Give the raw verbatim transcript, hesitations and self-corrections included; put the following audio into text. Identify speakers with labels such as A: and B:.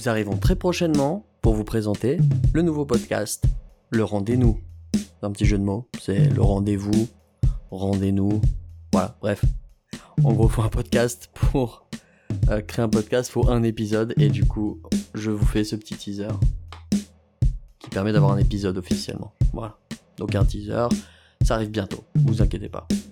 A: nous arrivons très prochainement pour vous présenter le nouveau podcast, le Rendez-nous. C'est un petit jeu de mots, c'est le rendez-vous, rendez-nous, voilà, bref. En gros, il faut un podcast pour euh, créer un podcast, il faut un épisode, et du coup, je vous fais ce petit teaser qui permet d'avoir un épisode officiellement. Voilà, donc un teaser, ça arrive bientôt, vous inquiétez pas.